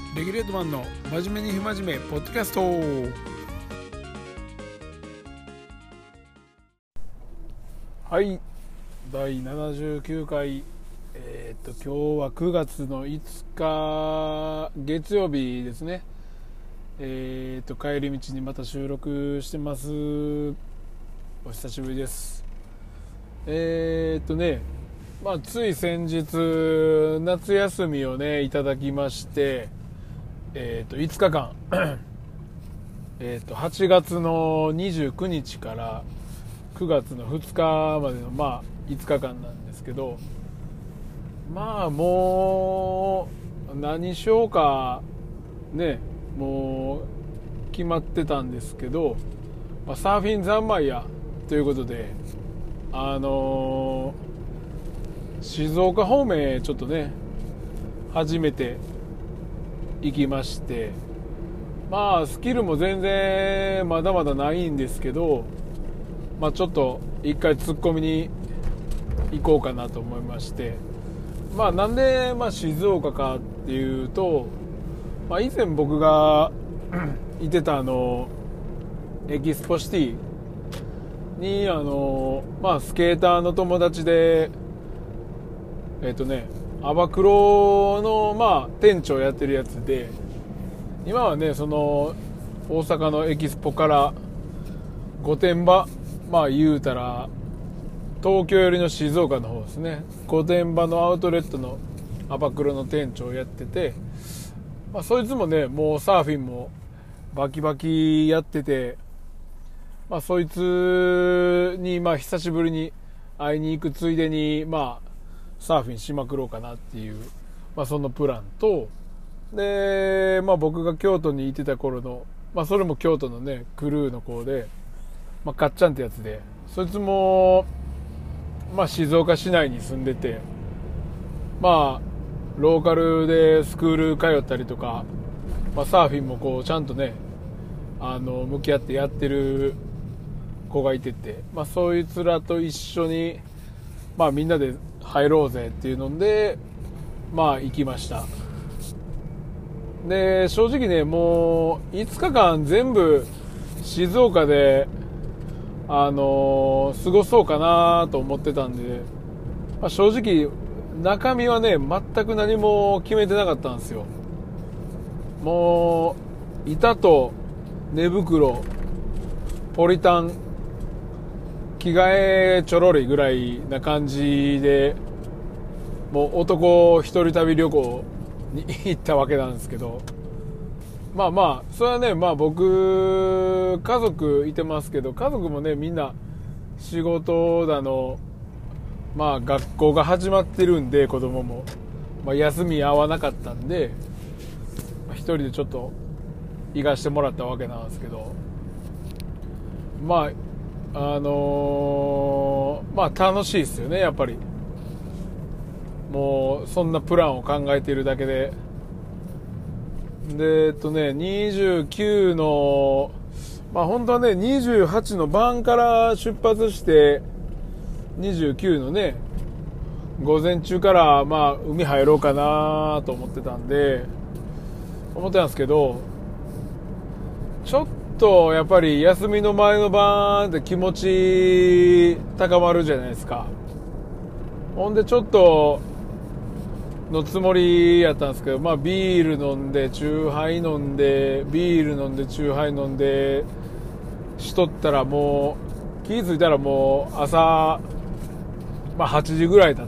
レギュレートマンの真面目に不真面目ポッドキャスト。はい、第79回、今日は9月の5日月曜日ですね。帰り道にまた収録してます。お久しぶりです。つい先日夏休みをねいただきまして、5日間8月の29日から9月の2日までの5日間なんですけど、もう何しようかね、もう決まってたんですけど、サーフィン三昧やということで、静岡方面へちょっとね初めて行きまして、スキルも全然まだまだないんですけど、ちょっと一回突っ込みに行こうかなと思いまして、なんで静岡かっていうと、以前僕がいてたエキスポシティにスケーターの友達でアバクロの店長やってるやつで、今はねその大阪のエキスポから御殿場、言うたら東京寄りの静岡の方ですね、御殿場のアウトレットのアバクロの店長をやってて、そいつもねもうサーフィンもバキバキやってて、そいつに久しぶりに会いに行くついでにサーフィンしまくろうかなっていう、そのプランと、で、僕が京都にいてた頃の、それも京都のねクルーの子で、かっちゃんってやつで、そいつも静岡市内に住んでて、ローカルでスクール通ったりとか、サーフィンもこうちゃんとね向き合ってやってる子がいてて、そいつらと一緒にみんなで入ろうぜっていうので行きました。で正直ねもう5日間全部静岡で過ごそうかなと思ってたんで、正直中身はね全く何も決めてなかったんですよ。もう板と寝袋、ポリタン、着替えちょろりぐらいな感じで、もう男一人旅旅行に行ったわけなんですけど、それはね僕家族いてますけど、家族もねみんな仕事だの学校が始まってるんで、子供も、休み合わなかったんで一人でちょっと行かしてもらったわけなんですけど、楽しいですよねやっぱり。もうそんなプランを考えているだけで。で29の本当はね28の晩から出発して、29のね午前中から海入ろうかなと思ってたんですけど、ちょっとやっぱり休みの前の晩って気持ち高まるじゃないですか。ほんでちょっとのつもりやったんですけど、ビール飲んでチューハイ飲んでビール飲んでチューハイ飲んでしとったら、もう気づいたらもう朝、8時ぐらい経って、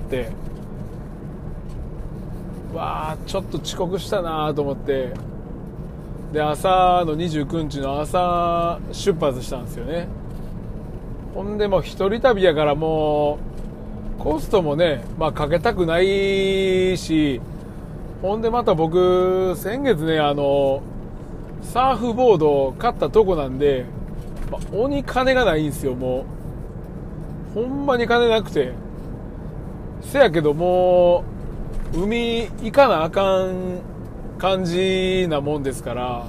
ちょっと遅刻したなと思って、で朝の29日の朝出発したんですよね。ほんでもう一人旅やからもうコストもねかけたくないし、ほんでまた僕先月ねサーフボードを買ったとこなんで、鬼金がないんですよ。もうほんまに金なくて、せやけどもう海行かなあかん感じなもんですから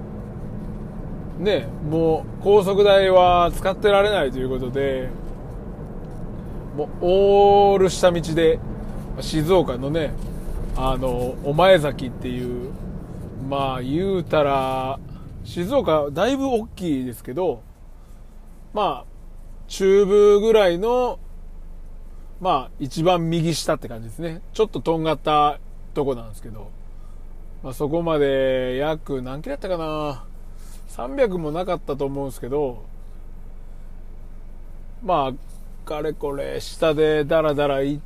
ね、もう高速代は使ってられないということで、もうオール下道で静岡のね御前崎っていうまあ言うたら静岡だいぶ大きいですけど、まあ中部ぐらいのまあ一番右下って感じですね。ちょっととんがったとこなんですけど、まあ、そこまで約何キロだったかな、300もなかったと思うんですけど、まあかれこれ下でダラダラ行って、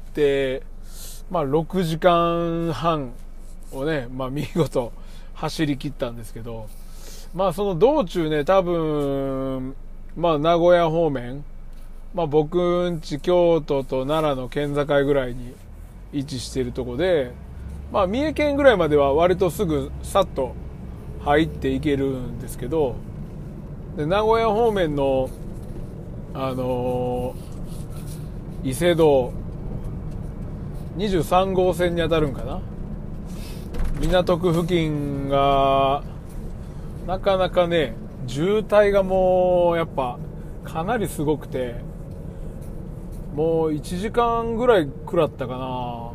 まあ6時間半をね、まあ見事走り切ったんですけど、まあその道中ね、多分まあ名古屋方面、まあ僕んち京都と奈良の県境ぐらいに位置しているとこで、まあ三重県ぐらいまでは割とすぐさっと入っていけるんですけど、で名古屋方面の伊勢道23号線に当たるんかな、港区付近がなかなかね、渋滞がもうやっぱかなりすごくて、もう1時間ぐらい食らったかな。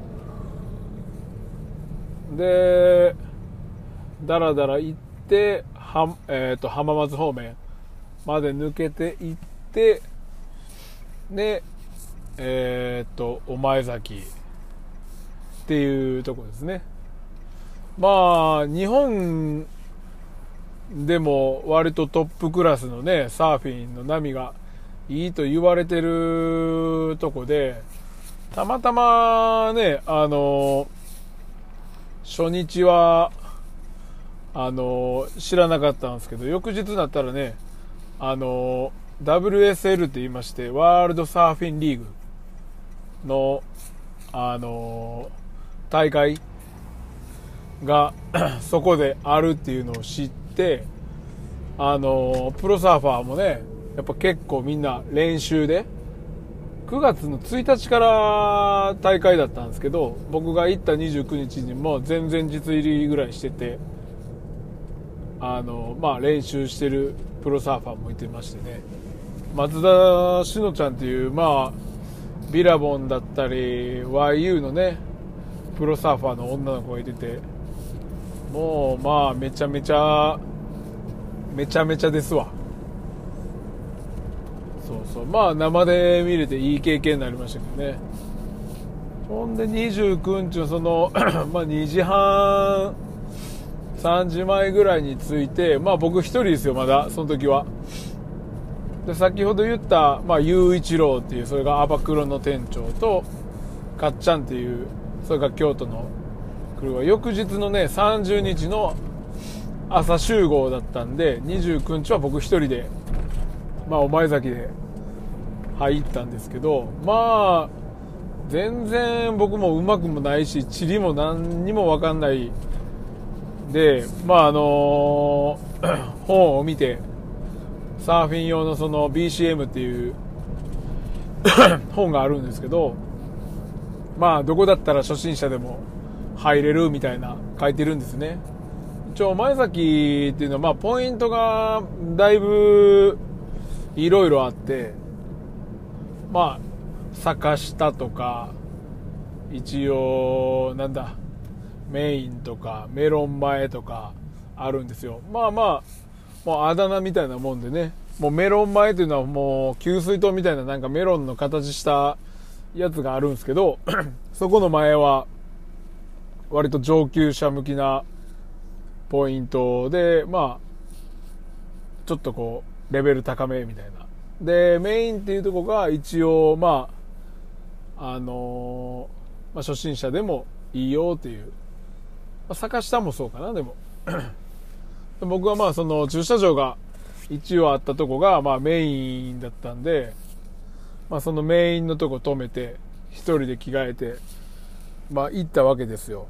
でだらだら行って浜松方面まで抜けて行って、で御前崎っていうところですね。まあ日本でも割とトップクラスのねサーフィンの波がいいと言われてるとこで、たまたまね初日は知らなかったんですけど、翌日になったらねWSL って言いまして、ワールドサーフィンリーグの大会がそこであるっていうのを知って、プロサーファーもねやっぱ結構みんな練習で、9月の1日から大会だったんですけど、僕が行った29日にも全然実入りぐらいしてて、まあ練習してるプロサーファーもいてましてね、松田しのちゃんっていう、まあビラボンだったり YU のねプロサーファーの女の子がいてて、もうまあめちゃめちゃですわ。そうそう、まあ生で見れていい経験になりましたけどね。ほんで29日のそのまあ2時半3時前ぐらいに着いて、まあ僕一人ですよ、まだその時は。で先ほど言ったまあ雄一郎っていう、それがアバクロの店長とかっちゃんっていう、それが京都のクルーは翌日のね30日の朝集合だったんで、29日は僕一人でまあ御前崎で入ったんですけど、まあ全然僕もうまくもないし地理も何にも分かんないで、まあ本を見て、サーフィン用のその BCM っていう本があるんですけど、まあどこだったら初心者でも入れるみたいな書いてるんですね。御前崎っていうのはまあポイントがだいぶいろいろあって、まあ坂下とか一応なんだメインとかメロン前とかあるんですよ。まあまあもうあだ名みたいなもんでね、もうメロン前というのはもう給水塔みたいななんかメロンの形したやつがあるんですけどそこの前は割と上級者向きなポイントで、まあちょっとこうレベル高めみたいなで、メインっていうとこが一応まあまあ、初心者でもいいよっていう、まあ、坂下もそうかな。でも僕はまあその駐車場が一応あったとこがまあメインだったんで、まあ、そのメインのとこ止めて一人で着替えてまあ行ったわけですよ。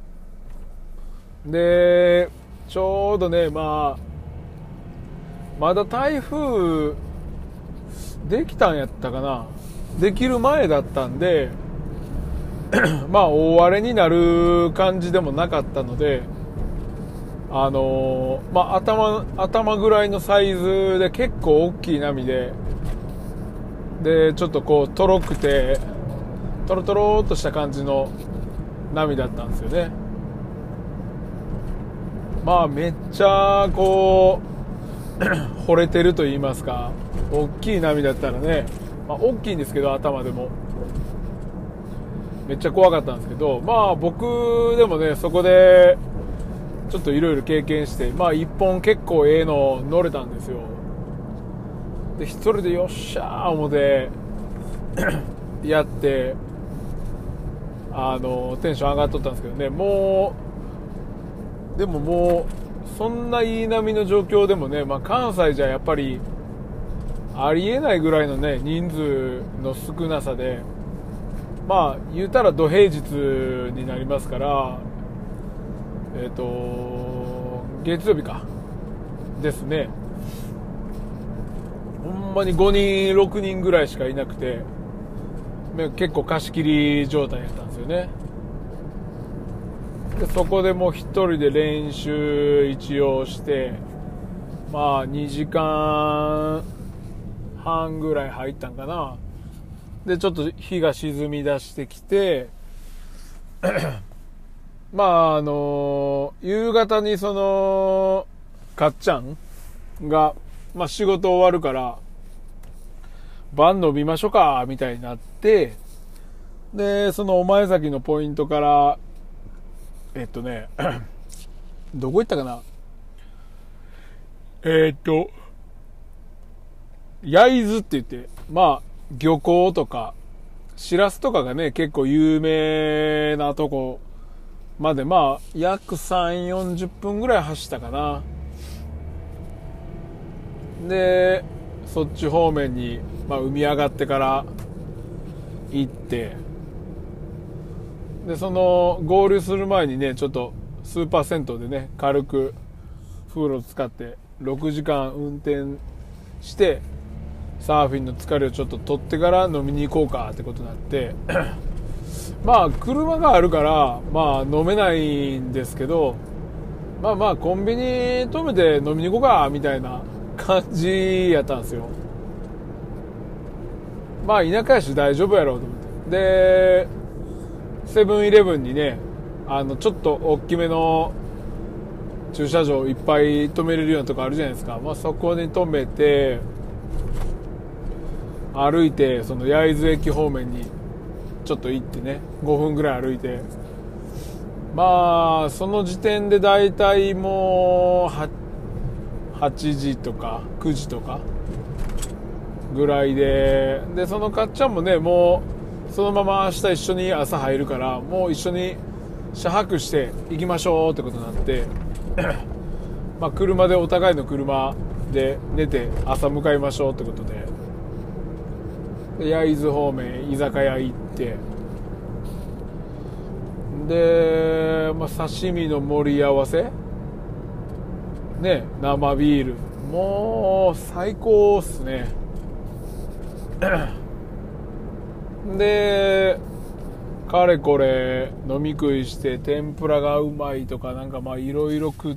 でちょうどね、まだ台風できたんやったかな、できる前だったんでまあ大荒れになる感じでもなかったので、まあ頭ぐらいのサイズで結構大きい波でちょっとこうとろくてトロトロっとした感じの波だったんですよね。 まあめっちゃこう惚れてると言いますか、大きい波だったらね、まあ、大きいんですけど頭でもめっちゃ怖かったんですけど、まあ僕でもねそこでちょっといろいろ経験して、まあ一本結構ええの乗れたんですよ。で一人でよっしゃー思ってやってテンション上がっとったんですけどね、でももうそんないい波の状況でもね、まあ、関西じゃやっぱりありえないぐらいのね人数の少なさで、まあ言うたら土平日になりますから、月曜日かですね、ほんまに5人6人ぐらいしかいなくて、結構貸し切り状態やったんですよね。でそこでもう一人で練習一応して、まあ2時間半ぐらい入ったんかな。でちょっと日が沈み出してきてまあ夕方にそのかっちゃんが、まあ、仕事終わるから晩飲みましょうかみたいになって、でその御前崎のポイントからどこ行ったかな、焼津って言って、まあ漁港とかしらすとかがね結構有名なとこまで、まあ約3、40分ぐらい走ったかな。でそっち方面に、まあ、海上がってから行って、でその合流する前にねちょっとスーパー銭湯でね軽く風呂使って6時間運転してサーフィンの疲れをちょっと取ってから飲みに行こうかってことになってまあ車があるからまあ飲めないんですけど、まあまあコンビニ止めて飲みに行こうかみたいな感じやったんですよ。まあ田舎やし大丈夫やろうと思って、でセブンイレブンにねちょっと大きめの駐車場いっぱい止めれるようなとこあるじゃないですか。まあそこに止めて歩いてその焼津駅方面にちょっと行ってね5分ぐらい歩いて、まあその時点でだいたいもう8時とか9時とかぐらいで、そのかっちゃんもねもうそのまま明日一緒に朝入るからもう一緒に車泊して行きましょうってことになってまあ車でお互いの車で寝て朝向かいましょうってことで焼津方面居酒屋行って、で、まあ、刺身の盛り合わせね、生ビールもう最高っすねでかれこれ飲み食いして天ぷらがうまいとかなんかまあいろいろ食って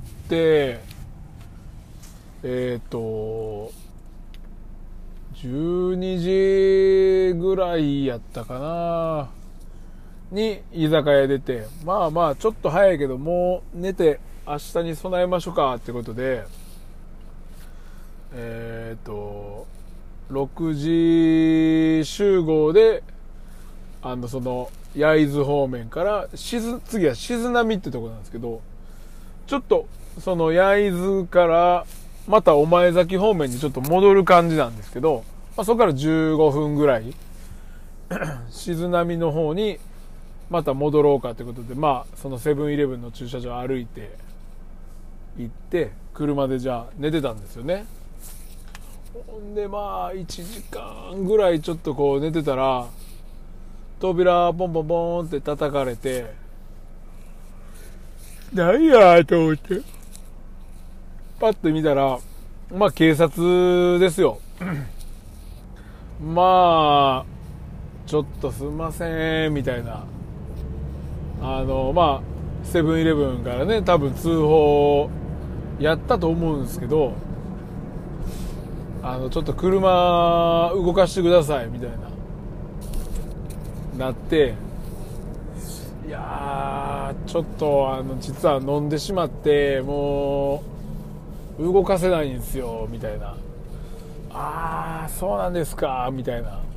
、12時ぐらいやったかなに居酒屋出て、まあまあちょっと早いけどもう寝て明日に備えましょうかってことで6時集合でその焼津方面から次は静波ってとこなんですけど、ちょっとその焼津からまた御前崎方面にちょっと戻る感じなんですけど、まあ、そこから15分ぐらい静波の方にまた戻ろうかということで、まあそのセブンイレブンの駐車場歩いて行って車でじゃあ寝てたんですよね。ほんでまあ1時間ぐらいちょっとこう寝てたら扉ボンボンボンって叩かれて、何やと思ってパッと見たらまあ警察ですよまあちょっとすいませんみたいな、まあセブンイレブンからね多分通報やったと思うんですけど、ちょっと車動かしてくださいみたいななって、 いやー、ちょっと実は飲んでしまってもう動かせないんですよみたいな。ああ、そうなんですかみたいな。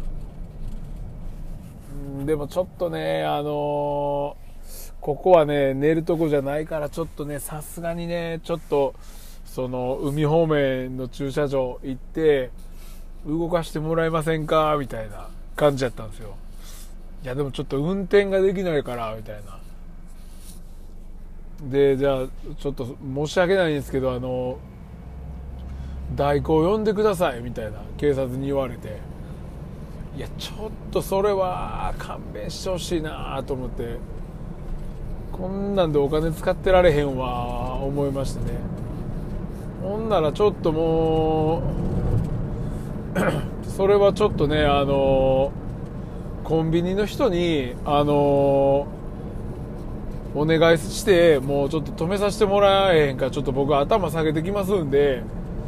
でもちょっとね、ここはね寝るとこじゃないから、ちょっとねさすがにね、ちょっとその海方面の駐車場行って動かしてもらえませんかみたいな感じだったんですよ。いやでもちょっと運転ができないからみたいな。で、じゃあちょっと申し訳ないんですけど、代行呼んでくださいみたいな警察に言われて、いやちょっとそれは勘弁してほしいなと思って、こんなんでお金使ってられへんわ思いましてね。ほんならちょっともうそれはちょっとね、コンビニの人にお願いして、もうちょっと止めさせてもらえへんか、ちょっと僕頭下げてきますんで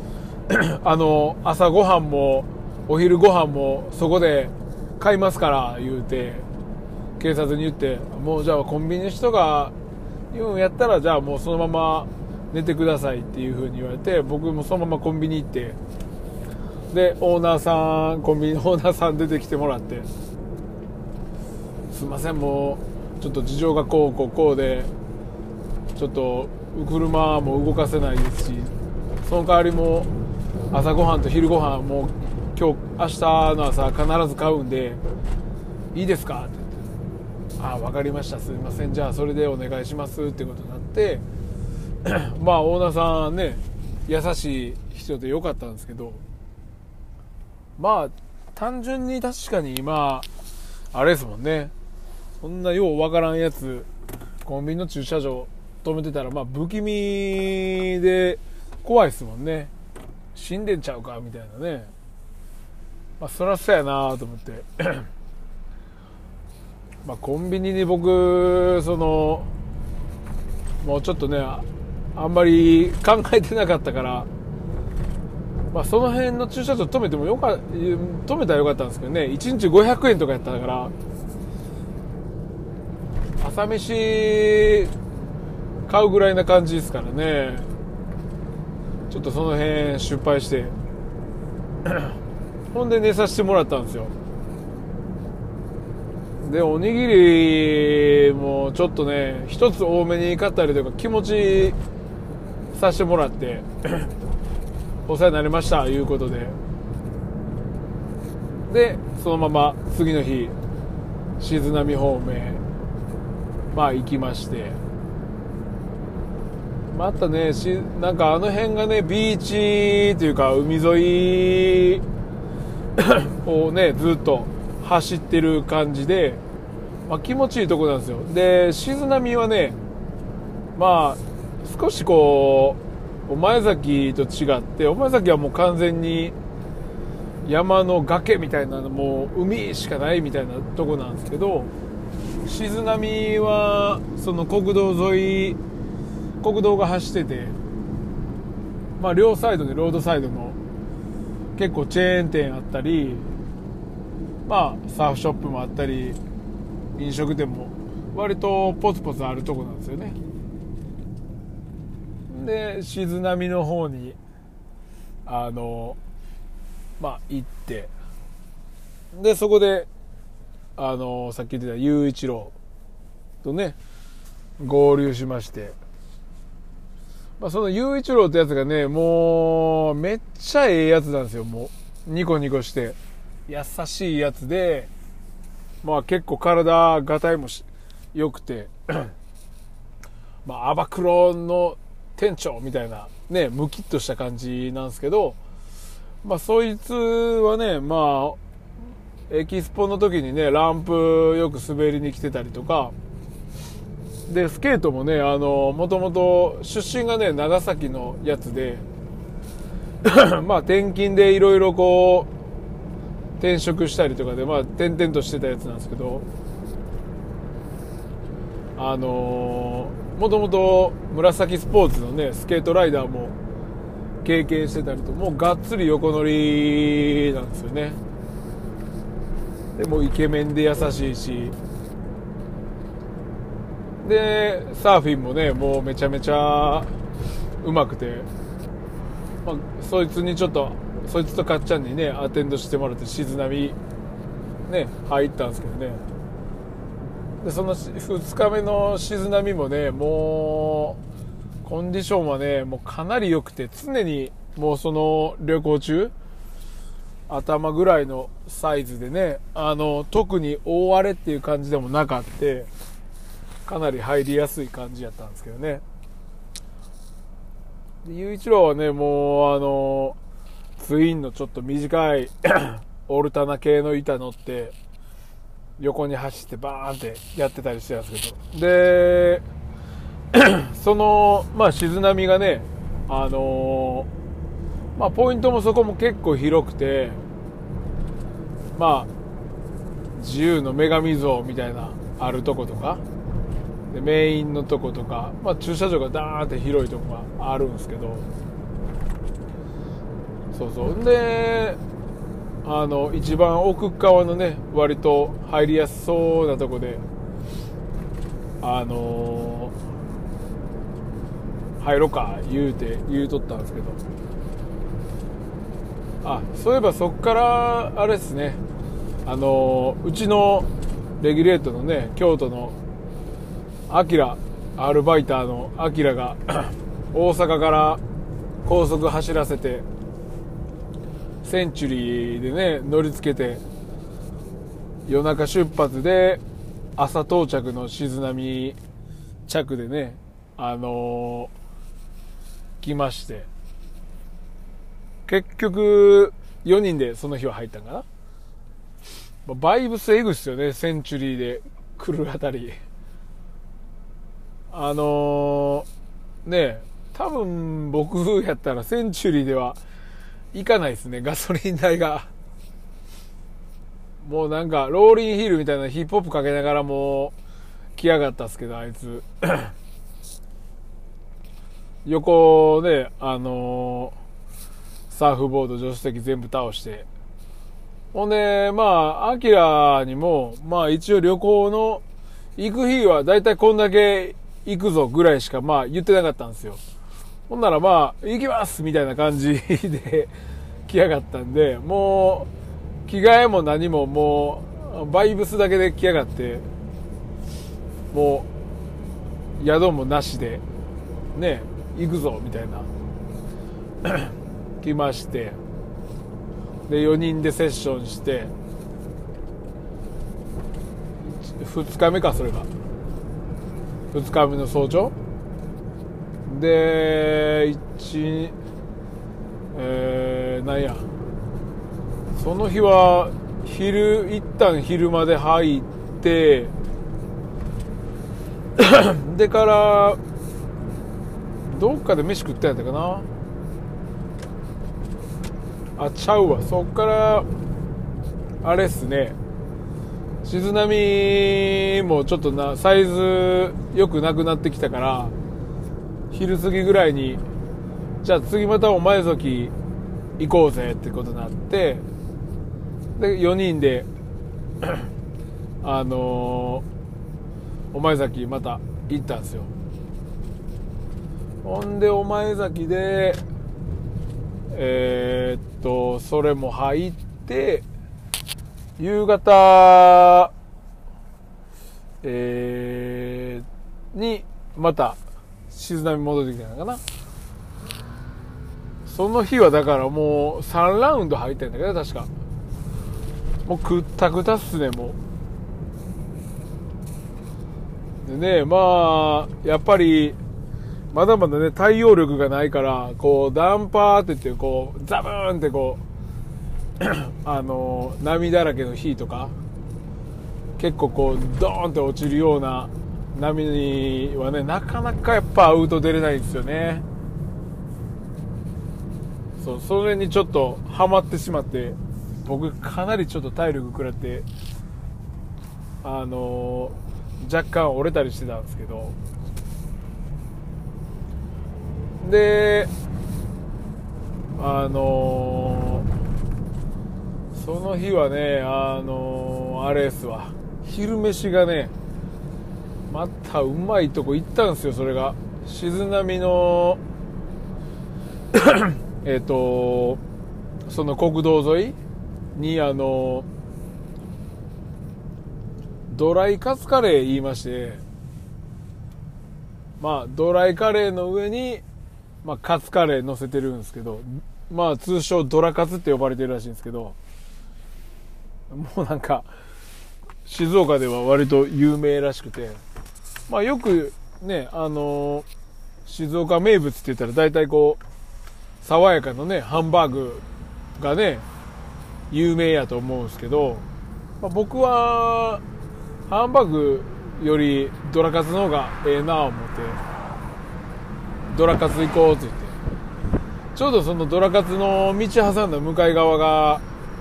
朝ごはんもお昼ご飯もそこで買いますから言うて、警察に言って、もうじゃあコンビニの人が言うんやったら、じゃあもうそのまま寝てくださいっていう風に言われて、僕もそのままコンビニ行って、でコンビニのオーナーさん出てきてもらって、すいません、もうちょっと事情がこうで、ちょっと車も動かせないですし、その代わりも朝ごはんと昼ごはんも明日の朝必ず買うんでいいですかって言って、ああ分かりました、すいません、じゃあそれでお願いしますってことになってまあオーナーさんね優しい人でよかったんですけど、まあ単純に確かに今あれですもんね、そんなようわからんやつコンビニの駐車場止めてたら、まあ不気味で怖いですもんね。死んでんちゃうかみたいなね。まあそりゃそうやなと思ってまあコンビニに僕もうちょっとねあんまり考えてなかったから、まあその辺の駐車場止めたらよかったんですけどね、1日500円とかやったから朝飯買うぐらいな感じですからね。ちょっとその辺失敗してほんで寝させてもらったんですよ。でおにぎりもちょっとね一つ多めに買ったりとか気持ちさせてもらってお世話になりましたいうことで、でそのまま次の日静波方面まあ行きまして、またねなんかあの辺がねビーチというか海沿いをねずっと走ってる感じで、まあ、気持ちいいとこなんですよ。で静波はねまあ少しこう御前崎と違って、御前崎はもう完全に山の崖みたいなの、もう海しかないみたいなとこなんですけど、静波はその国道が走ってて、まあ両サイドでロードサイドの結構チェーン店あったり、まあサーフショップもあったり飲食店も割とポツポツあるとこなんですよね。で静波の方にまあ行って、でそこでさっき言ってた雄一郎とね合流しまして、まあ、その雄一郎ってやつがねもうめっちゃええやつなんですよ。もうニコニコして優しいやつで、まあ結構体がたいも良くてまあアバクロの店長みたいなねムキッとした感じなんですけど、まあそいつはねまあエキスポの時にねランプよく滑りに来てたりとかで、スケートもねもともと出身がね長崎のやつでまあ転勤でいろいろこう転職したりとかでまあ転々としてたやつなんですけど、もともと紫スポーツのねスケートライダーも経験してたりと、もうがっつり横乗りなんですよね。でもイケメンで優しいし、 でサーフィンもねもうめちゃめちゃうまくて、そいつとかっちゃんにねアテンドしてもらって静波ね入ったんですけどね。でその2日目の静波もねもうコンディションはねもうかなり良くて、常にもうその旅行中頭ぐらいのサイズでね特に大荒れっていう感じでもなかって、かなり入りやすい感じやったんですけどね。で雄一郎はねもうツインのちょっと短いオルタナ系の板乗って横に走ってバーンってやってたりしてたんですけど、でその静波がねポイントもそこも結構広くて、自由の女神像みたいなあるとことかでメインのとことか、駐車場がダーンって広いとこがあるんですけど、そうで一番奥側のね割と入りやすそうなとこで入ろうか言うとったんですけど、そういえばそっからあれですね、うちのレギュレートのね京都のアルバイターのアキラが大阪から高速走らせてセンチュリーでね乗り付けて夜中出発で朝到着の静波着でね来まして、結局4人でその日は入ったんかな。バイブスエグっすよね、センチュリーで来るあたり。ね多分僕やったらセンチュリーでは行かないですね、ガソリン代が。もうなんかローリンヒルみたいなヒップホップかけながらもう来やがったっすけど、あいつ横でサーフボード助手席全部倒して、ほんでアキラにも一応旅行の行く日はだいたいこんだけ行くぞぐらいしか言ってなかったんですよ。ほんなら行きますみたいな感じで来やがったんで、もう着替えも何ももうバイブスだけで来やがって、もう宿もなしでね行くぞみたいな来まして、で4人でセッションして2日目か、それが2日目の早朝でなんやその日は一旦昼まで入ってでからどっかで飯食ったんやったかな。ちゃうわ、そっからあれっすね、静波もちょっとサイズ良くなくなってきたから、昼過ぎぐらいにじゃあ次またお前崎行こうぜってことになって、で4人でお前崎また行ったんですよ。ほんでお前崎でそれも入って夕方にまた静波戻ってきたのかな。その日はだからもう3ラウンド入ってんだけど、確かもうくったくたっすね。もうでね、やっぱりまだまだね対応力がないから、こうダンパーって言ってこうザブーンってこう波だらけの日とか結構こうドーンって落ちるような波はね、なかなかやっぱアウト出れないんですよね。それにちょっとハマってしまって、僕かなりちょっと体力食らって若干折れたりしてたんですけど、でその日はねあれですわ、昼飯がねまたうまいとこ行ったんですよ。それが静波のその国道沿いにドライカツカレー言いまして、まあドライカレーの上に、まあ、カツカレー乗せてるんですけど、まあ通称ドラカツって呼ばれてるらしいんですけど、もうなんか静岡では割と有名らしくて、まあよくね、静岡名物って言ったら大体こう爽やかのねハンバーグがね有名やと思うんですけど、まあ、僕はハンバーグよりドラカツの方がええなぁ思ってドラカツ行こうって言って、ちょうどそのドラカツの道挟んだ向かい側が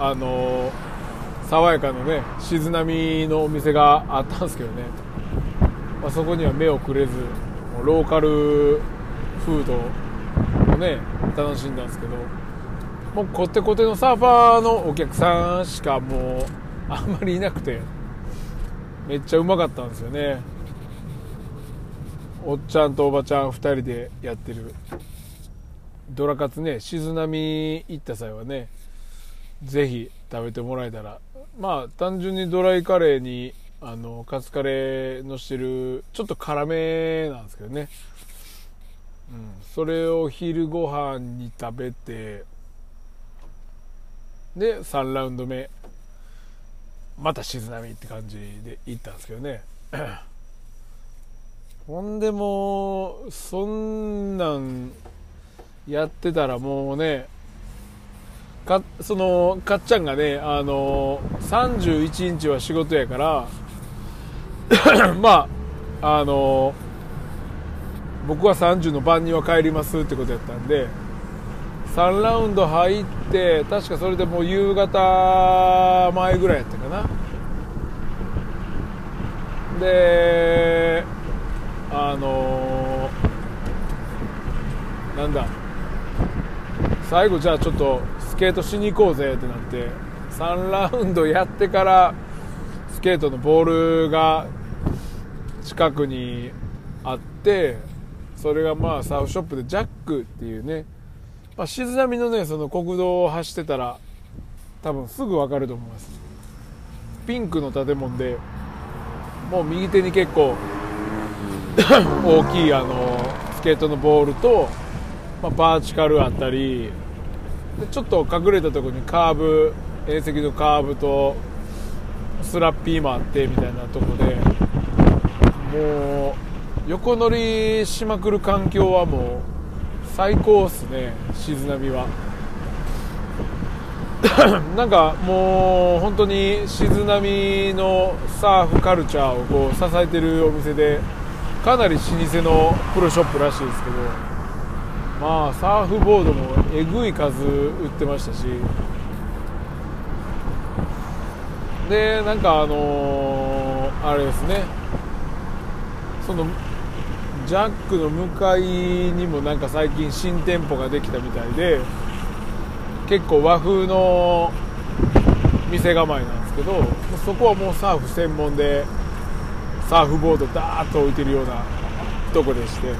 爽やかのね静波のお店があったんですけどね、まあ、そこには目をくれずローカルフードをね楽しんだんですけど、もうコテコテのサーファーのお客さんしかもうあんまりいなくて、めっちゃうまかったんですよね。おっちゃんとおばちゃん2人でやってるドラカツね、静波行った際はねぜひ食べてもらえたら、まあ単純にドライカレーにカツカレーのしてるちょっと辛めなんですけどね、それを昼ご飯に食べて、で3ラウンド目また静波って感じで行ったんですけどねほんでもうそんなんやってたらもうね、そのかっちゃんがね31日は仕事やからまあ僕は30の晩には帰りますってことやったんで、3ラウンド入って確かそれでもう夕方前ぐらいやったかな。でなんだ最後じゃあちょっとスケートしに行こうぜってなって、3ラウンドやってからスケートのボールが近くにあって、それがまあサーフショップでジャックっていうね、まあ、静波のねその国道を走ってたら多分すぐ分かると思います。ピンクの建物でもう右手に結構大きいスケートのボールと、まあ、バーチカルあったりで、ちょっと隠れたところにカーブ、遠石のカーブとスラッピーもあってみたいなとこで、もう横乗りしまくる環境はもう最高っすね、静波はなんかもう本当に静波のサーフカルチャーをこう支えてるお店で、かなり老舗のプロショップらしいですけど、まあサーフボードもえぐい数売ってましたし、でなんかあれですね、そのジャックの向かいにもなんか最近新店舗ができたみたいで、結構和風の店構えなんですけど、そこはもうサーフ専門でサーフボードダーッと置いてるようなとこでして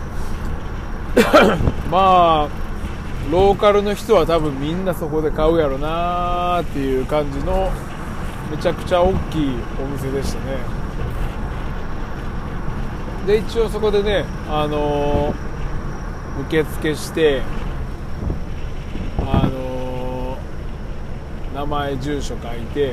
まあローカルの人は多分みんなそこで買うやろなーっていう感じのめちゃくちゃ大きいお店でしたね。で一応そこでね受付して名前住所書いて、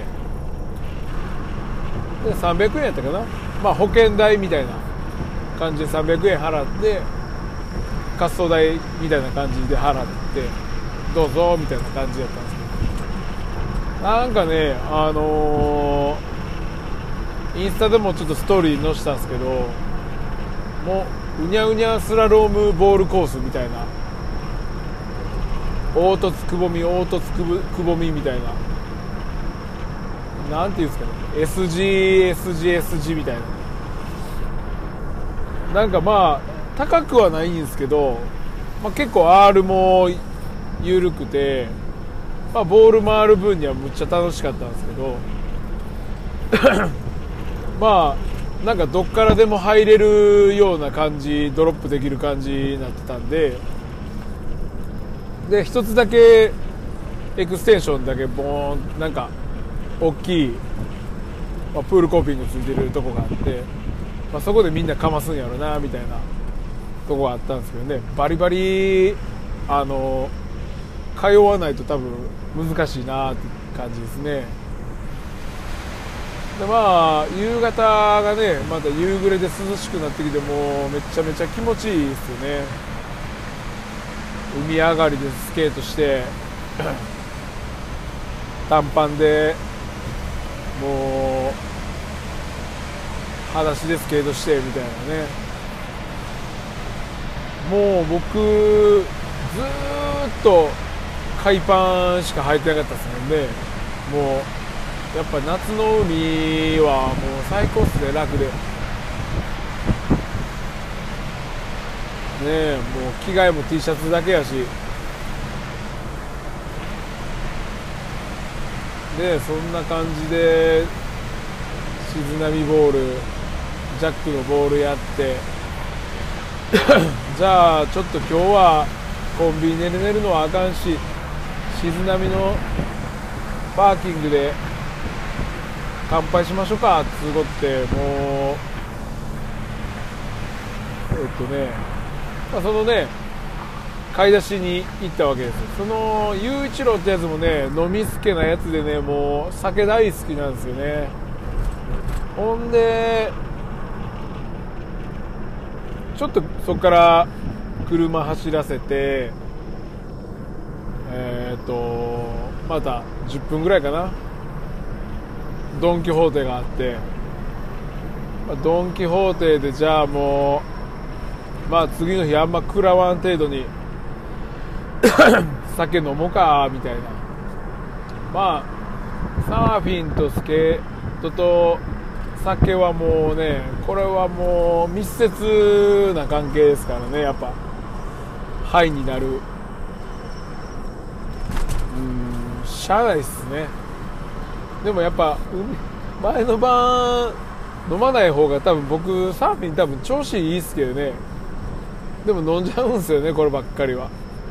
で300円やったかな、まあ保険代みたいな感じで300円払って滑走代みたいな感じで払ってどうぞみたいな感じだったんですけど、なんかねインスタでもちょっとストーリー載せたんですけど、もううにゃうにゃスラロームボールコースみたいな、凹凸くぼみ凹凸くぼみみたいな、なんていうんですかね、 SGSGSG みたいな、なんかまあ高くはないんですけど、まあ、結構 R も緩くて、まあ、ボール回る分にはむっちゃ楽しかったんですけどまあなんかどっからでも入れるような感じ、ドロップできる感じになってたんで、で一つだけエクステンションだけボーン、なんか大きい、プールコーピングついてるとこがあって、そこでみんなかますんやろなみたいなとこがあったんですけどね、バリバリ通わないと多分難しいなって感じですね。で夕方がね、また夕暮れで涼しくなってきて、もうめちゃめちゃ気持ちいいですよね。海上がりでスケートして短パンでもう裸足でスケートしてみたいなね。もう僕ずーっと海パンしか履いてなかったですもんね。もうやっぱ夏の海はもう最高っすね、楽でね。え、もう着替えも T シャツだけやし、でそんな感じで静波ボール、ジャックのボールやってじゃあちょっと今日はコンビニで寝るのはあかんし、静波のパーキングで乾杯しましょうかっつうことで、もうそのね買い出しに行ったわけですよ。その雄一郎ってやつもね、飲みすけなやつでね、もう酒大好きなんですよね。ほんでちょっとそこから車走らせて、また10分ぐらいかな、ドン・キホーテがあって、ドン・キホーテでじゃあもう次の日あんま食らわん程度に酒飲もうかみたいな。サーフィンとスケートと酒はもうね、これはもう密接な関係ですからね。やっぱハイになる、しゃあないっすね。でもやっぱ前の晩飲まない方が多分僕サーフィン多分調子いいっすけどね。でも飲んじゃうんすよね、こればっかりは。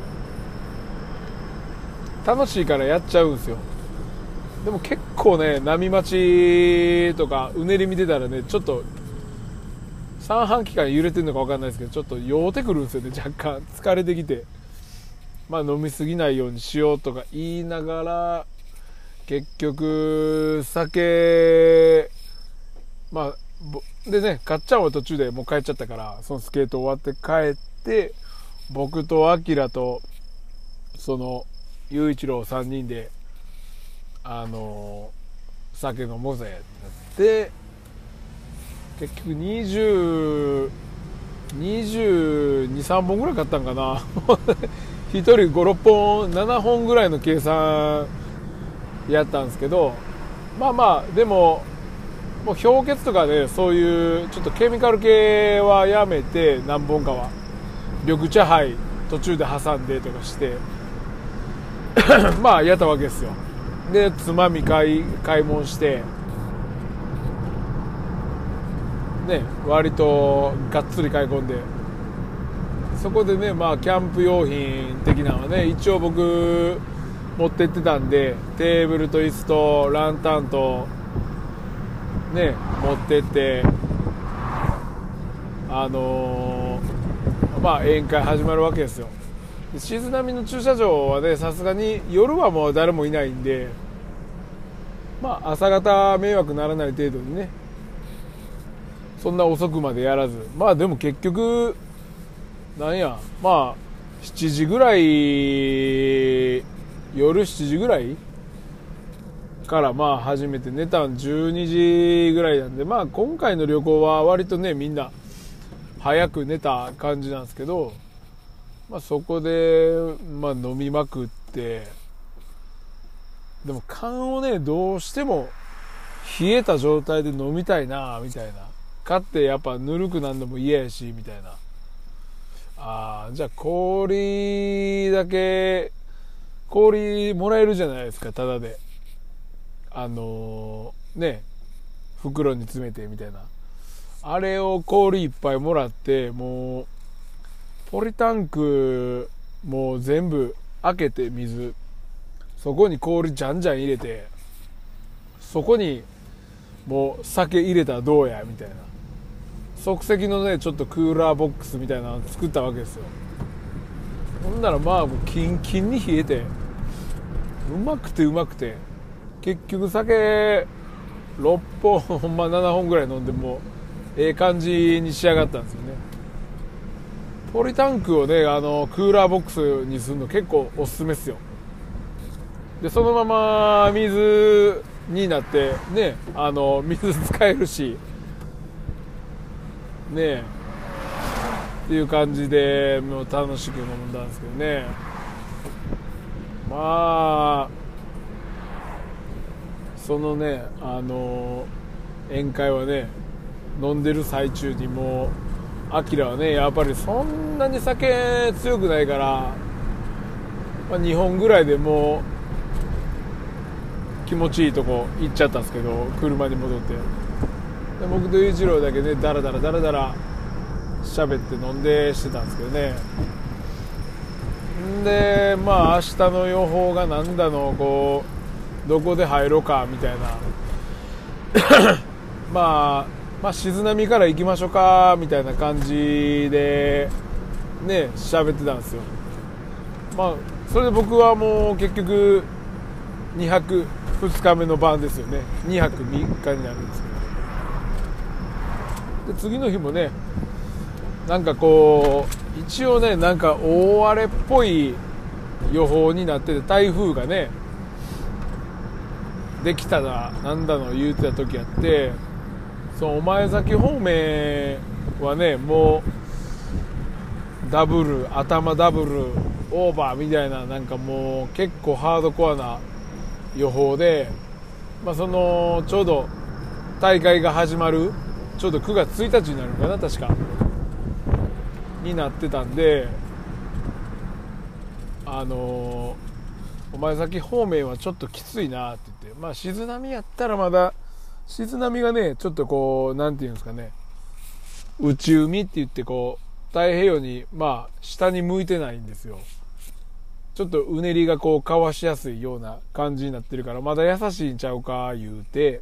楽しいからやっちゃうんすよ。でも結構ね、波待ちとかうねり見てたらね、ちょっと三半規管揺れてるのか分かんないですけど、ちょっと酔うてくるんですよね。若干疲れてきて、飲みすぎないようにしようとか言いながら、結局酒でね、かっちゃんは途中でもう帰っちゃったから、そのスケート終わって帰って、僕とアキラとその雄一郎3人で酒飲もうぜってなって、結局22、3本ぐらい買ったんかな1人5、6本7本ぐらいの計算やったんですけど、でももう氷結とかでそういうちょっとケミカル系はやめて、何本かは緑茶杯途中で挟んでとかしてやったわけですよ。でつまみ買い物してね、割とがっつり買い込んで、そこでね、キャンプ用品的なのはね、一応僕持ってってたんで、テーブルと椅子とランタンとね持ってって、宴会始まるわけですよ。静波の駐車場はね、さすがに夜はもう誰もいないんで、朝方迷惑ならない程度にね、そんな遅くまでやらず、でも結局7時ぐらい、夜7時ぐらいから始めて、寝たん12時ぐらいなんで、今回の旅行は割とねみんな早く寝た感じなんですけど、そこで飲みまくって、でも缶をねどうしても冷えた状態で飲みたいなみたいな、買ってやっぱぬるくなるのも嫌やしみたいな。じゃあ氷もらえるじゃないですか、タダで。袋に詰めてみたいな。 あれを氷いっぱいもらって、もうポリタンクもう全部開けて、水そこに氷じゃんじゃん入れて、そこにもう酒入れたらどうやみたいな、即席のねちょっとクーラーボックスみたいなのを作ったわけですよ。ほんならまあもうキンキンに冷えて、うまくて結局酒6本ほんま7本ぐらい飲んで、もうええ感じに仕上がったんですよね。ポリタンクをねクーラーボックスにするの結構おすすめですよ。でそのまま水になってね、水使えるしねっていう感じでもう楽しく飲んだんですけどね。まあそのね宴会はね、飲んでる最中にもうアキラはねやっぱりそんなに酒強くないから、まあ、2本ぐらいでもう気持ちいいとこ行っちゃったんですけど、車に戻って、で僕と裕一郎だけねダラダラ喋って飲んでしてたんですけどね。んでまあ明日の予報がなんだの、こうどこで入ろうかみたいなまあ静波から行きましょうかみたいな感じでね喋ってたんですよ。まあそれで僕はもう結局2泊2日目の晩ですよね。2泊3日になるんですけど、で次の日もねなんかこう一応ねなんか大荒れっぽい予報になってて、台風がねできたらなんだの言うてた時やって、その御前崎方面はねもう頭ダブルオーバーみたいな、なんかもう結構ハードコアな予報で、まあ、そのちょうど大会が始まるちょうど9月1日になるのかな確かになってたんで、御前崎方面はちょっときついなって言って、まあ静波やったらまだ静波がねちょっとこうなんていうんですかね、内海って言ってこう太平洋にまあ下に向いてないんですよ。ちょっとうねりがこうかわしやすいような感じになってるから、まだ優しいんちゃうか言うて、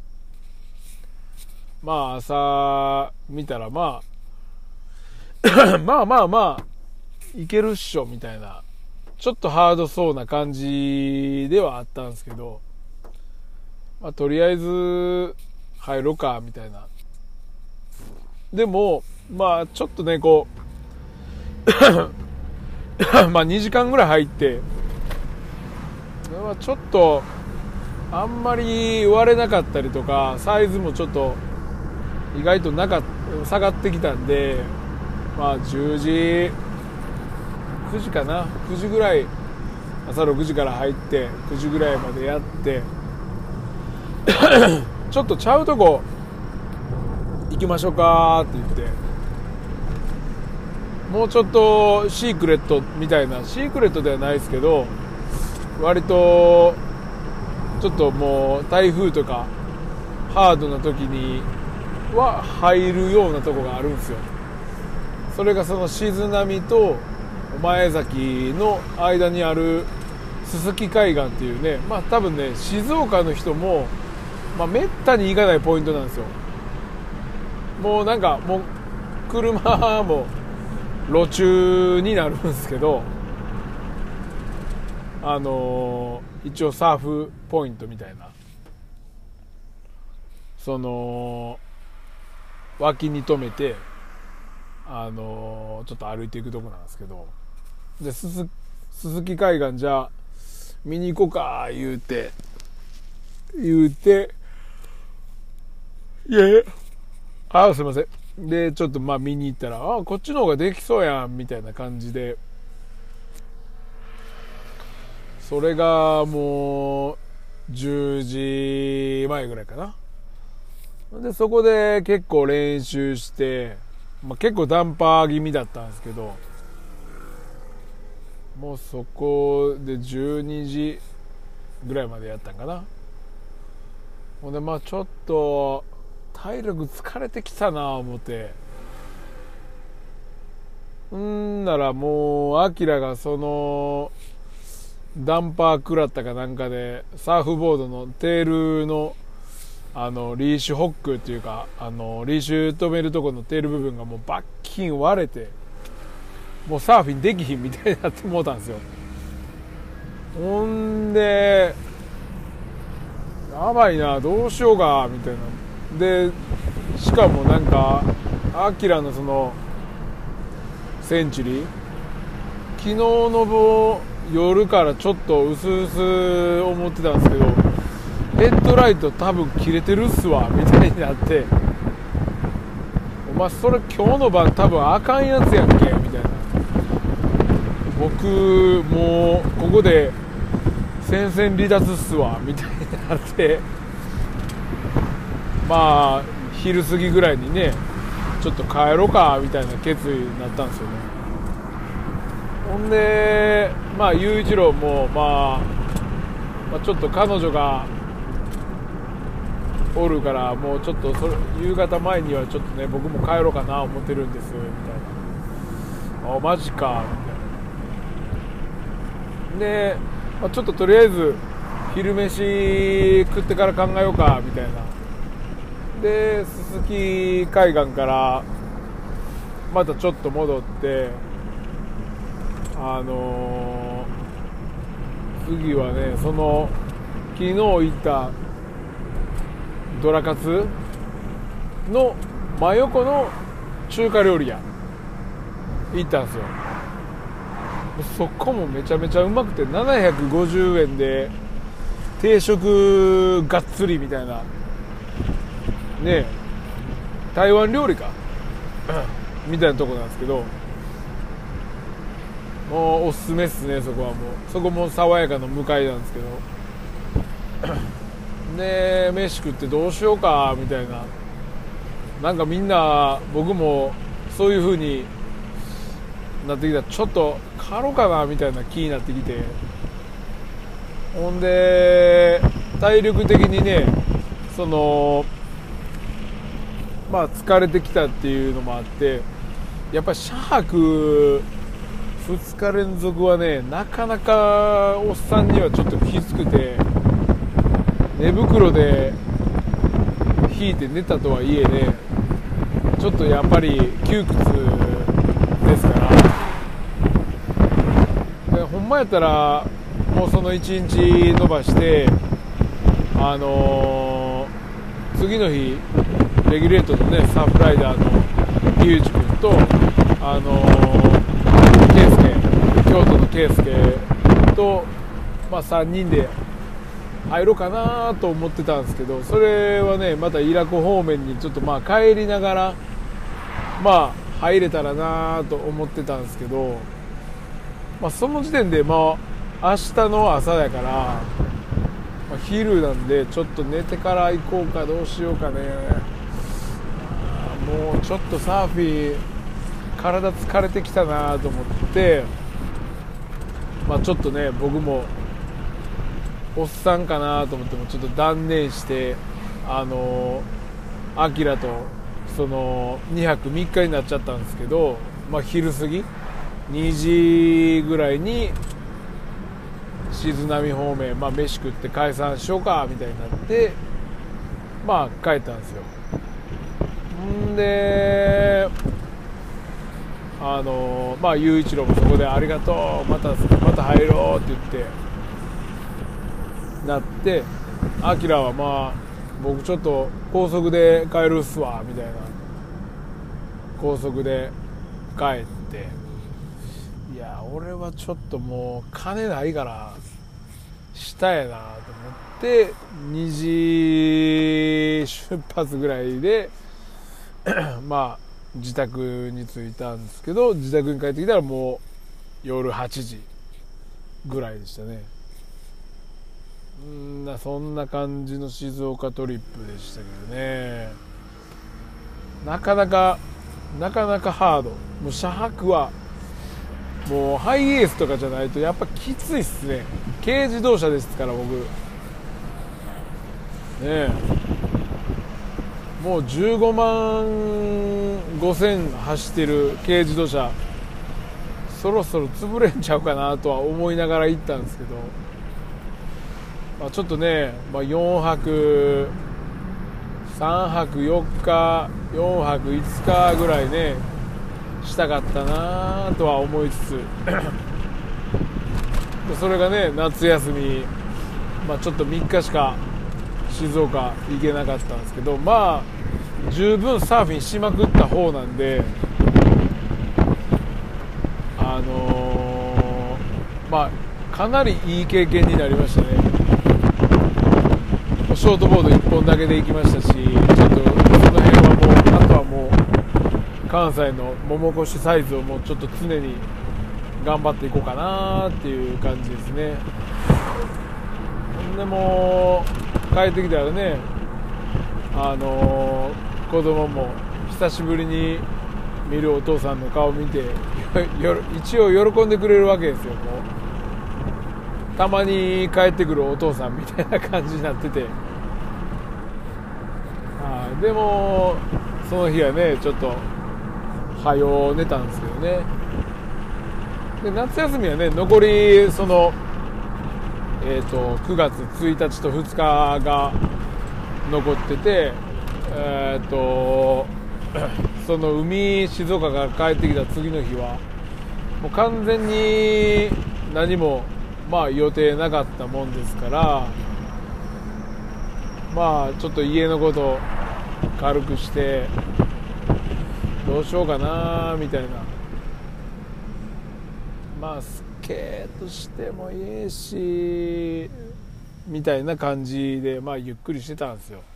まあ朝見たらまあまあいけるっしょみたいな、ちょっとハードそうな感じではあったんですけど、まあ、とりあえず入ろうかみたいな。でもまあちょっとねこうまあ2時間ぐらい入って、ちょっとあんまり割れなかったりとか、サイズもちょっと意外と下がってきたんで、まあ10時9時かな、9時ぐらい、朝6時から入って9時ぐらいまでやってちょっとちゃうとこ行きましょうかって言って、もうちょっとシークレットみたいな、シークレットではないですけど割とちょっともう台風とかハードな時には入るようなとこがあるんですよ。それがその静波と御前崎の間にあるすすき海岸っていうね、まあ多分ね静岡の人も、まあ、めったに行かないポイントなんですよ。もうなんかもう車も路中になるんですけど、一応サーフポイントみたいな、その脇に止めてちょっと歩いていくとこなんですけど、ですすき海岸じゃあ見に行こうか言うてすいません。でちょっとまあ見に行ったら、こっちの方ができそうやんみたいな感じで、それがもう10時前ぐらいかな。でそこで結構練習して、まあ、結構ダンパー気味だったんですけど、もうそこで12時ぐらいまでやったんかな。ほんでまあちょっと体力疲れてきたな思って、ならもうアキラがそのダンパー食らったかなんかでサーフボードのテールのリーシュホックっていうかリーシュ止めるところのテール部分がもうバッキン割れて、もうサーフィンできひんみたいになってもうたんですよ。ほんでやばいな、どうしようかみたいな。でしかもなんかアキラのそのセンチュリー、昨日の夜からちょっとうすうす思ってたんですけど、ヘッドライト多分切れてるっすわみたいになって、お前それ今日の晩多分あかんやつやんけみたいな。僕もうここで戦線離脱っすわみたいになって、まあ昼過ぎぐらいにねちょっと帰ろうかみたいな決意になったんですよね。ほんでまあ雄一郎もまあちょっと彼女がおるからもうちょっと夕方前にはちょっとね僕も帰ろうかな思ってるんですみたいな。あマジかみたいな。で、ちょっととりあえず昼飯食ってから考えようかみたいな。でススキ海岸からまたちょっと戻って、次はねその昨日行ったドラカツの真横の中華料理屋行ったんですよ。そこもめちゃめちゃうまくて750円で定食がっつりみたいなね、台湾料理かみたいなとこなんですけど、もうおすすめっすね。そこはもうそこも爽やかの向かいなんですけどで飯食ってどうしようかみたいな。なんかみんな僕もそういう風になってきたらちょっと帰ろうかなみたいな気になってきて、ほんで体力的にねそのまあ疲れてきたっていうのもあって、やっぱりシャーク2日連続はねなかなかおっさんにはちょっときつくて、寝袋で引いて寝たとはいえねちょっとやっぱり窮屈ですから、でほんまやったらもうその1日伸ばして次の日レギュレートのねサーフライダーのリュウジ君とケイスケ、京都のケイスケと、まあ、3人で入ろうかなと思ってたんですけど、それはねまたイラク方面にちょっとまあ帰りながらまあ入れたらなと思ってたんですけど、まあ、その時点でまあ明日の朝やから、まあ、昼なんでちょっと寝てから行こうかどうしようかね。もうちょっとサーフィン体疲れてきたなと思って、まあ、ちょっとね僕もおっさんかなと思ってもちょっと断念して、アキラとその2泊3日になっちゃったんですけど、まあ、昼過ぎ2時ぐらいに静波方面、まあ、飯食って解散しようかみたいになってまあ帰ったんですよ。んでまあ雄一郎もそこでありがとうまた入ろうって言ってなって、アキラはまあ僕ちょっと高速で帰るっすわみたいな、高速で帰って、いや俺はちょっともう金ないから下やなと思って2時出発ぐらいでまあ自宅に着いたんですけど、自宅に帰ってきたらもう夜8時ぐらいでしたね。そんな感じの静岡トリップでしたけどね、なかなかハード。もう車泊はもうハイエースとかじゃないとやっぱきついっすね。軽自動車ですから僕ねえ、 もう15万5000走ってる軽自動車そろそろ潰れんちゃうかなとは思いながら行ったんですけど、ちょっとね、4泊3泊4日4泊5日ぐらいねしたかったなとは思いつつそれがね夏休み、ちょっと3日しか静岡行けなかったんですけど、十分サーフィンしまくった方なんで、かなりいい経験になりましたね。ショートボード1本だけで行きましたし、ちょっとその辺はもうあとはもう関西の桃越サイズをもうちょっと常に頑張っていこうかなっていう感じですね。でも帰ってきたらね、子供も久しぶりに見るお父さんの顔を見て一応喜んでくれるわけですよ。もうたまに帰ってくるお父さんみたいな感じになってて、でもその日はねちょっと早う寝たんですけどね。で夏休みはね残りその9月1日と2日が残ってて、その静岡から帰ってきた次の日はもう完全に何も予定なかったもんですから、ちょっと家のこと軽くしてどうしようかなみたいな、スケートしてもいいしみたいな感じでゆっくりしてたんですよ。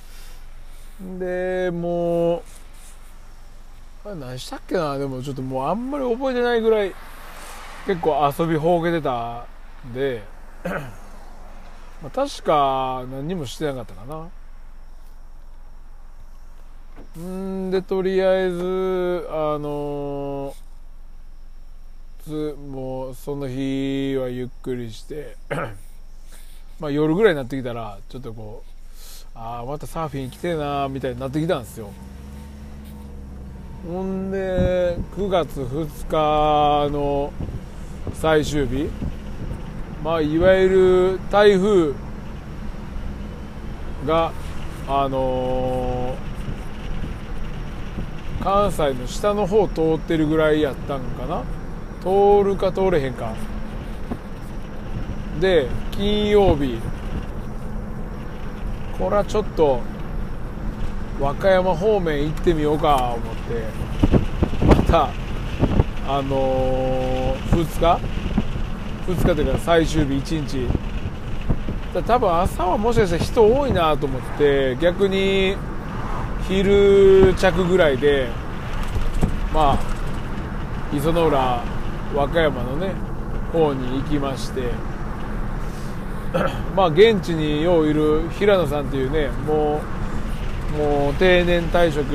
でもう何したっけな、でもちょっともうあんまり覚えてないぐらい結構遊びほうけてたんで確か何にもしてなかったかな。でとりあえずもうその日はゆっくりして夜ぐらいになってきたらちょっとこうまたサーフィン行きてえなみたいになってきたんですよ。ほんで9月2日の最終日、いわゆる台風が関西の下の方通ってるぐらいやったんかな、通るか通れへんかで、金曜日これはちょっと和歌山方面行ってみようか思ってまた2日というか最終日1日多分朝はもしかしたら人多いなと思って逆に昼着ぐらいで磯の浦和歌山のね方に行きまして現地によういる平野さんっていうねもう定年退職、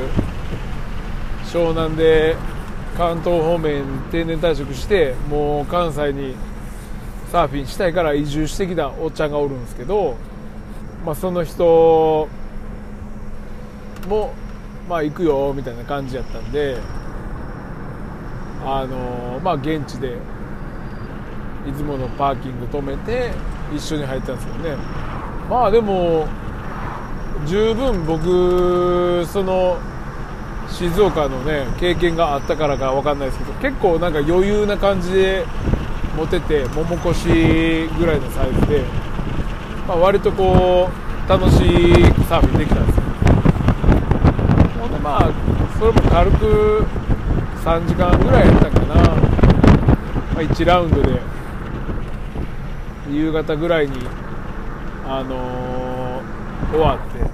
湘南で関東方面定年退職してもう関西にサーフィンしたいから移住してきたおっちゃんがおるんですけど、その人も行くよみたいな感じやったんで現地でいつものパーキング止めて一緒に入ったんですけどね。でも十分僕その静岡のね経験があったからか分かんないですけど結構なんか余裕な感じで持てて桃越ぐらいのサイズで、割とこう楽しいサーフィンできたんですよ。ほんでそれも軽く3時間ぐらいやったかな、1ラウンドで夕方ぐらいに終わって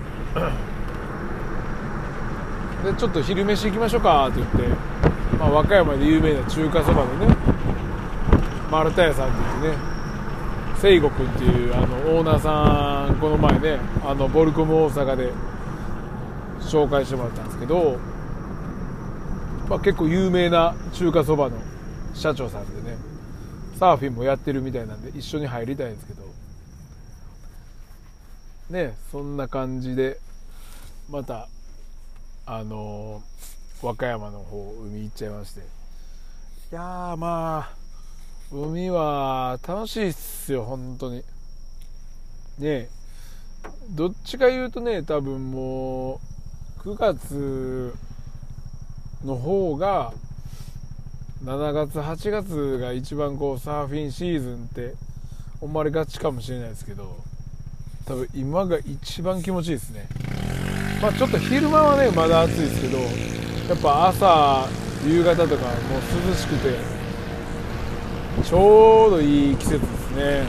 でちょっと昼飯行きましょうかって言って、和歌山で有名な中華そばのね丸太屋さんって言ってね聖子君っていうオーナーさんこの前ねボルコム大阪で紹介してもらったんですけど、結構有名な中華そばの社長さんでねサーフィンもやってるみたいなんで一緒に入りたいんですけどね、そんな感じでまた和歌山の方海行っちゃいまして、いやーまあ海は楽しいっすよ本当にね。どっちか言うとね、多分もう9月の方が7月8月が一番こうサーフィンシーズンって思われがちかもしれないですけど、多分今が一番気持ちいいですね。まあちょっと昼間はねまだ暑いですけど、やっぱ朝夕方とかもう涼しくてちょうどいい季節ですね。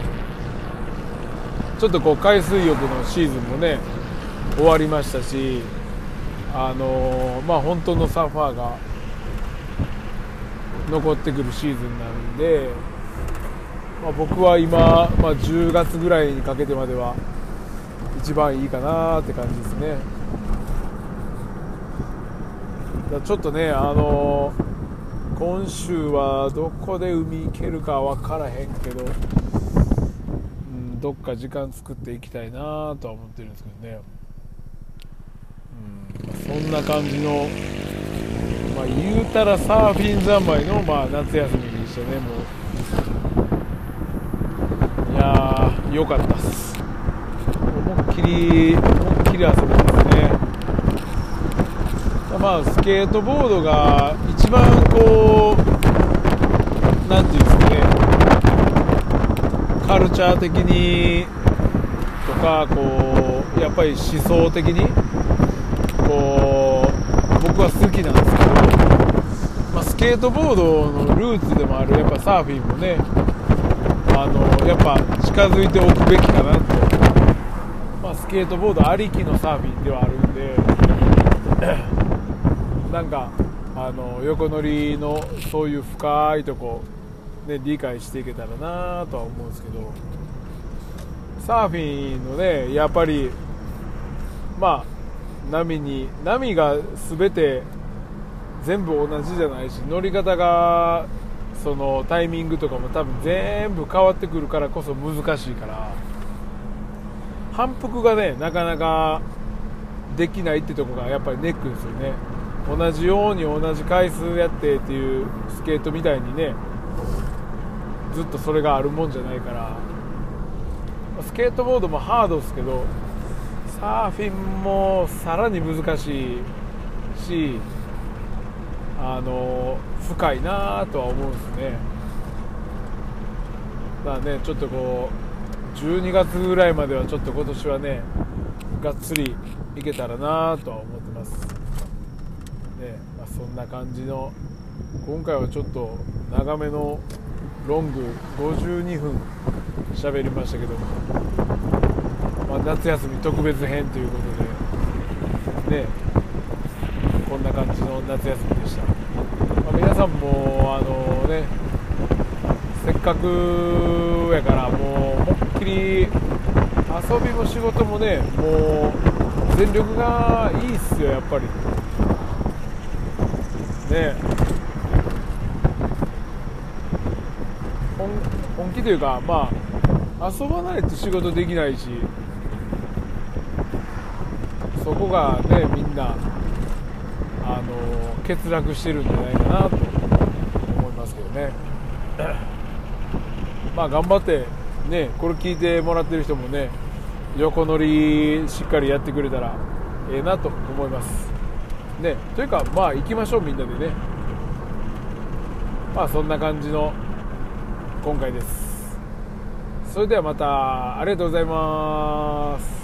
ちょっとこう海水浴のシーズンもね終わりましたし、まあ本当のサーファーが残ってくるシーズンなんで、まあ、僕は今、10月ぐらいにかけてまでは一番いいかなって感じですね。だちょっとね今週はどこで海行けるか分からへんけど、どっか時間作っていきたいなとは思ってるんですけどね。そんな感じの、言うたらサーフィン三昧の、夏休みでしたね。もういやー良かったっす。思いっきり遊べますね。スケートボードが一番こうなんていうんですかね、カルチャー的にとかこうやっぱり思想的にこう僕は好きなんですけど、スケートボードのルーツでもあるやっぱサーフィンもねやっぱ近づいておくべきかなと、スケートボードありきのサーフィンではあるんでなんか横乗りのそういう深いとこ、ね、理解していけたらなとは思うんですけど、サーフィンのねやっぱり波が全て全部同じじゃないし、乗り方がそのタイミングとかも多分全部変わってくるからこそ難しいから、反復がねなかなかできないってとこがやっぱりネックですよね。同じように同じ回数やってっていうスケートみたいにねずっとそれがあるもんじゃないから、スケートボードもハードですけどサーフィンもさらに難しいし深いなとは思うんですね。だからねちょっとこう12月ぐらいまではちょっと今年はねがっつりいけたらなとは思ってますね。そんな感じの今回はちょっと長めのロング52分喋りましたけども、夏休み特別編ということでねこんな感じの夏休みでした。皆さんもねせっかくやからもう思いっきり遊びも仕事もねもう全力がいいっすよやっぱりね。本気というか遊ばないと仕事できないし、そこがねみんな欠落してるんじゃないかなと思いますけどね。頑張ってねこれ聞いてもらってる人もね横乗りしっかりやってくれたらええなと思いますね。というか行きましょうみんなでね。そんな感じの今回です。それではまたありがとうございます。